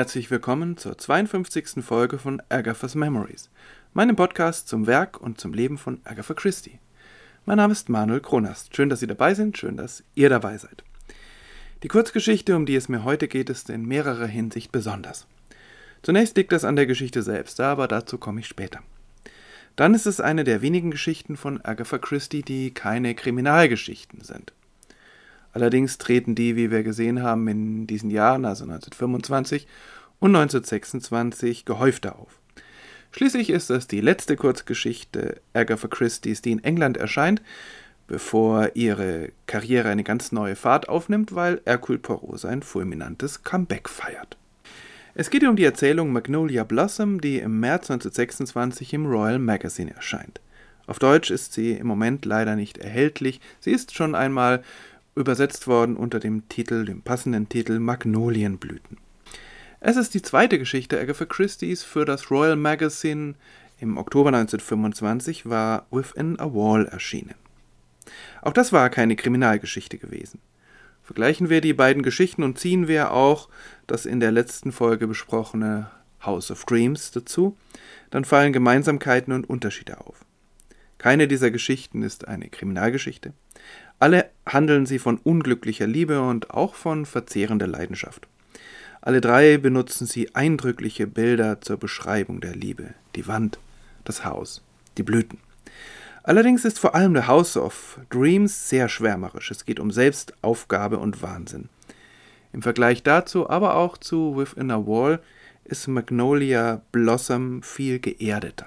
Herzlich willkommen zur 52. Folge von Agatha's Memories, meinem Podcast zum Werk und zum Leben von Agatha Christie. Mein Name ist Manuel Kronast. Schön, dass Sie dabei sind, schön, dass ihr dabei seid. Die Kurzgeschichte, um die es mir heute geht, ist in mehrerer Hinsicht besonders. Zunächst liegt das an der Geschichte selbst, aber dazu komme ich später. Dann ist es eine der wenigen Geschichten von Agatha Christie, die keine Kriminalgeschichten sind. Allerdings treten die, wie wir gesehen haben, in diesen Jahren, also 1925 und 1926, gehäufter auf. Schließlich ist es die letzte Kurzgeschichte Agatha Christies, die in England erscheint, bevor ihre Karriere eine ganz neue Fahrt aufnimmt, weil Hercule Poirot sein fulminantes Comeback feiert. Es geht um die Erzählung Magnolia Blossom, die im März 1926 im Royal Magazine erscheint. Auf Deutsch ist sie im Moment leider nicht erhältlich. Sie ist schon einmal übersetzt worden unter dem passenden Titel Magnolienblüten. Es ist die zweite Geschichte Agatha Christies für das Royal Magazine. Im Oktober 1925 war Within a Wall erschienen. Auch das war keine Kriminalgeschichte gewesen. Vergleichen wir die beiden Geschichten und ziehen wir auch das in der letzten Folge besprochene House of Dreams dazu, dann fallen Gemeinsamkeiten und Unterschiede auf. Keine dieser Geschichten ist eine Kriminalgeschichte. Alle handeln sie von unglücklicher Liebe und auch von verzehrender Leidenschaft. Alle drei benutzen sie eindrückliche Bilder zur Beschreibung der Liebe. Die Wand, das Haus, die Blüten. Allerdings ist vor allem The House of Dreams sehr schwärmerisch. Es geht um Selbstaufgabe und Wahnsinn. Im Vergleich dazu, aber auch zu Within a Wall, ist Magnolia Blossom viel geerdeter.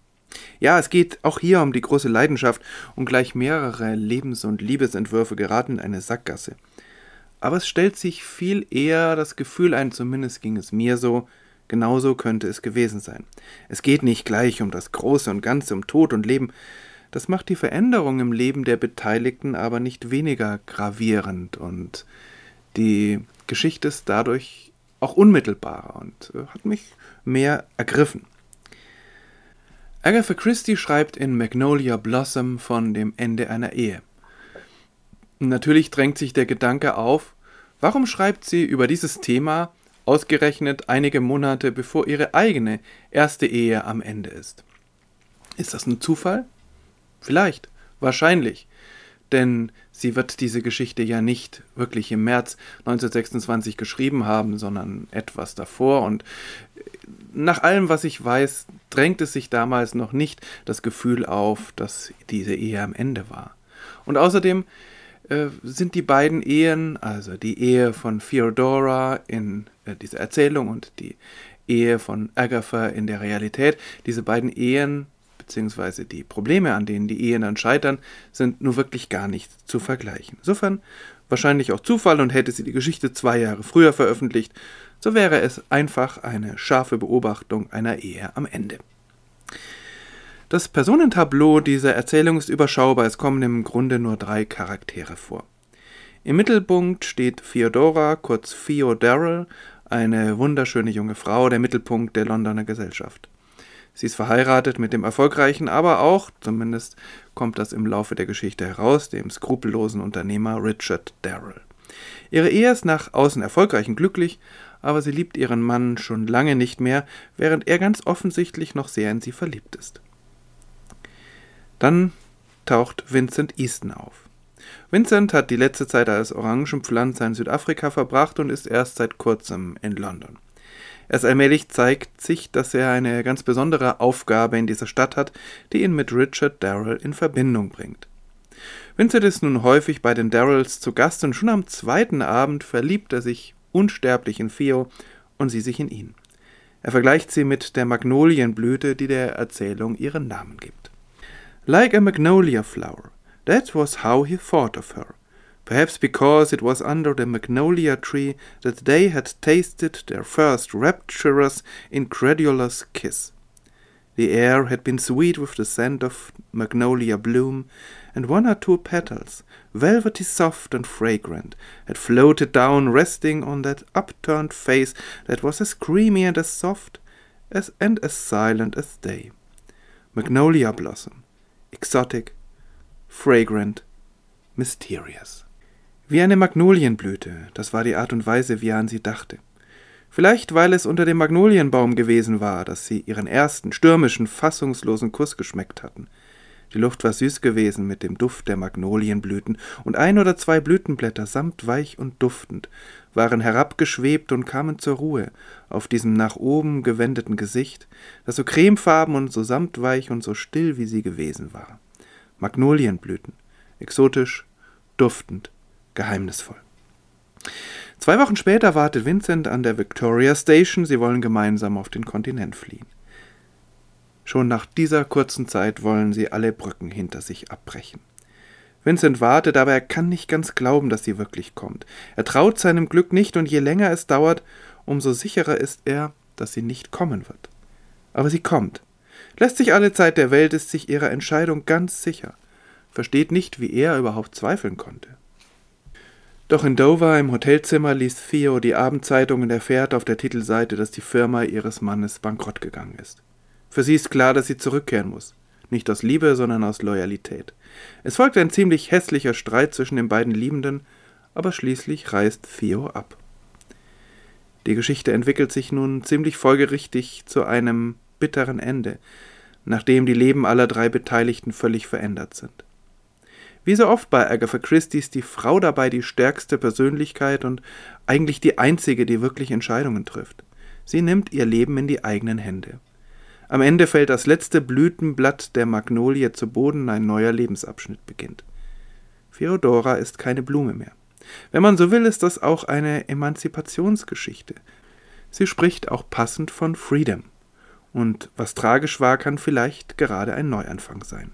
Ja, es geht auch hier um die große Leidenschaft und gleich mehrere Lebens- und Liebesentwürfe geraten in eine Sackgasse. Aber es stellt sich viel eher das Gefühl ein, zumindest ging es mir so, genauso könnte es gewesen sein. Es geht nicht gleich um das Große und Ganze, um Tod und Leben. Das macht die Veränderung im Leben der Beteiligten aber nicht weniger gravierend und die Geschichte ist dadurch auch unmittelbarer und hat mich mehr ergriffen. Agatha Christie schreibt in Magnolia Blossom von dem Ende einer Ehe. Natürlich drängt sich der Gedanke auf, warum schreibt sie über dieses Thema ausgerechnet einige Monate bevor ihre eigene erste Ehe am Ende ist? Ist das ein Zufall? Vielleicht, wahrscheinlich, denn sie wird diese Geschichte ja nicht wirklich im März 1926 geschrieben haben, sondern etwas davor und nach allem, was ich weiß, drängt es sich damals noch nicht das Gefühl auf, dass diese Ehe am Ende war. Und außerdem sind die beiden Ehen, also die Ehe von Theodora in dieser Erzählung und die Ehe von Agatha in der Realität, diese beiden Ehen beziehungsweise die Probleme, an denen die Ehen dann scheitern, sind nur wirklich gar nicht zu vergleichen. Insofern wahrscheinlich auch Zufall und hätte sie die Geschichte 2 Jahre früher veröffentlicht, so wäre es einfach eine scharfe Beobachtung einer Ehe am Ende. Das Personentableau dieser Erzählung ist überschaubar, es kommen im Grunde nur 3 Charaktere vor. Im Mittelpunkt steht Theodora, kurz Theo Darrell, eine wunderschöne junge Frau, der Mittelpunkt der Londoner Gesellschaft. Sie ist verheiratet mit dem erfolgreichen, aber auch, zumindest kommt das im Laufe der Geschichte heraus, dem skrupellosen Unternehmer Richard Darrell. Ihre Ehe ist nach außen erfolgreich und glücklich, aber sie liebt ihren Mann schon lange nicht mehr, während er ganz offensichtlich noch sehr in sie verliebt ist. Dann taucht Vincent Easton auf. Vincent hat die letzte Zeit als Orangenpflanzer in Südafrika verbracht und ist erst seit kurzem in London. Erst allmählich zeigt sich, dass er eine ganz besondere Aufgabe in dieser Stadt hat, die ihn mit Richard Darrell in Verbindung bringt. Vincent ist nun häufig bei den Darrells zu Gast und schon am 2. Abend verliebt er sich unsterblich in Theo und sie sich in ihn. Er vergleicht sie mit der Magnolienblüte, die der Erzählung ihren Namen gibt. Like a magnolia flower, that was how he thought of her. Perhaps because it was under the magnolia tree that they had tasted their first rapturous, incredulous kiss. The air had been sweet with the scent of magnolia bloom, and 1 or 2 petals, velvety soft and fragrant, had floated down, resting on that upturned face that was as creamy and as soft and as silent as day. Magnolia blossom, exotic, fragrant, mysterious. Wie eine Magnolienblüte, das war die Art und Weise, wie er an sie dachte. Vielleicht, weil es unter dem Magnolienbaum gewesen war, dass sie ihren ersten, stürmischen, fassungslosen Kuss geschmeckt hatten. Die Luft war süß gewesen mit dem Duft der Magnolienblüten, und 1 oder 2 Blütenblätter, samtweich und duftend, waren herabgeschwebt und kamen zur Ruhe auf diesem nach oben gewendeten Gesicht, das so cremefarben und so samtweich und so still wie sie gewesen war. Magnolienblüten, exotisch, duftend, geheimnisvoll. 2 Wochen später wartet Vincent an der Victoria Station, sie wollen gemeinsam auf den Kontinent fliehen. Schon nach dieser kurzen Zeit wollen sie alle Brücken hinter sich abbrechen. Vincent wartet, aber er kann nicht ganz glauben, dass sie wirklich kommt. Er traut seinem Glück nicht, und je länger es dauert, umso sicherer ist er, dass sie nicht kommen wird. Aber sie kommt. Lässt sich alle Zeit der Welt, ist sich ihrer Entscheidung ganz sicher. Versteht nicht, wie er überhaupt zweifeln konnte. Doch in Dover im Hotelzimmer liest Theo die Abendzeitung und erfährt auf der Titelseite, dass die Firma ihres Mannes bankrott gegangen ist. Für sie ist klar, dass sie zurückkehren muss. Nicht aus Liebe, sondern aus Loyalität. Es folgt ein ziemlich hässlicher Streit zwischen den beiden Liebenden, aber schließlich reist Theo ab. Die Geschichte entwickelt sich nun ziemlich folgerichtig zu einem bitteren Ende, nachdem die Leben aller 3 Beteiligten völlig verändert sind. Wie so oft bei Agatha Christie ist die Frau dabei die stärkste Persönlichkeit und eigentlich die einzige, die wirklich Entscheidungen trifft. Sie nimmt ihr Leben in die eigenen Hände. Am Ende fällt das letzte Blütenblatt der Magnolie zu Boden, ein neuer Lebensabschnitt beginnt. Theodora ist keine Blume mehr. Wenn man so will, ist das auch eine Emanzipationsgeschichte. Sie spricht auch passend von Freedom. Und was tragisch war, kann vielleicht gerade ein Neuanfang sein.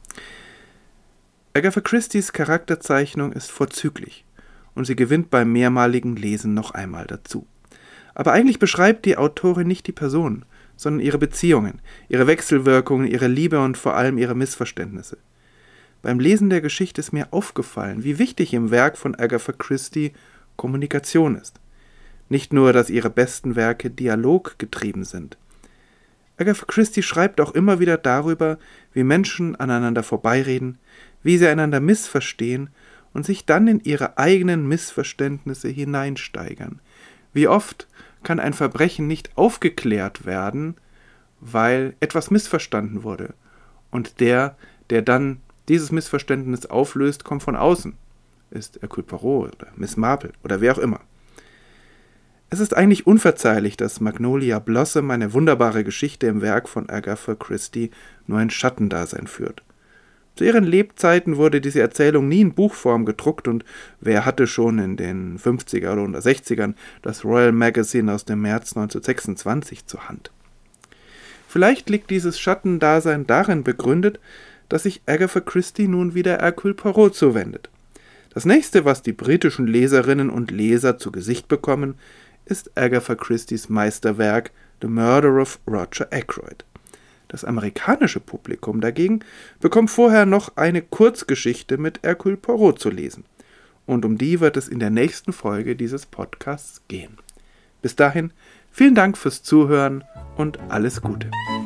Agatha Christies Charakterzeichnung ist vorzüglich und sie gewinnt beim mehrmaligen Lesen noch einmal dazu. Aber eigentlich beschreibt die Autorin nicht die Person, sondern ihre Beziehungen, ihre Wechselwirkungen, ihre Liebe und vor allem ihre Missverständnisse. Beim Lesen der Geschichte ist mir aufgefallen, wie wichtig im Werk von Agatha Christie Kommunikation ist. Nicht nur, dass ihre besten Werke dialoggetrieben sind. Agatha Christie schreibt auch immer wieder darüber, wie Menschen aneinander vorbeireden, wie sie einander missverstehen und sich dann in ihre eigenen Missverständnisse hineinsteigern. Wie oft kann ein Verbrechen nicht aufgeklärt werden, weil etwas missverstanden wurde. Und der dann dieses Missverständnis auflöst, kommt von außen. Ist Hercule Poirot oder Miss Marple oder wer auch immer. Es ist eigentlich unverzeihlich, dass Magnolia Blossom, eine wunderbare Geschichte im Werk von Agatha Christie, nur ein Schattendasein führt. Zu ihren Lebzeiten wurde diese Erzählung nie in Buchform gedruckt und wer hatte schon in den 50er oder 60ern das Royal Magazine aus dem März 1926 zur Hand. Vielleicht liegt dieses Schattendasein darin begründet, dass sich Agatha Christie nun wieder Hercule Poirot zuwendet. Das nächste, was die britischen Leserinnen und Leser zu Gesicht bekommen, ist Agatha Christies Meisterwerk The Murder of Roger Ackroyd. Das amerikanische Publikum dagegen bekommt vorher noch eine Kurzgeschichte mit Hercule Poirot zu lesen. Und um die wird es in der nächsten Folge dieses Podcasts gehen. Bis dahin, vielen Dank fürs Zuhören und alles Gute.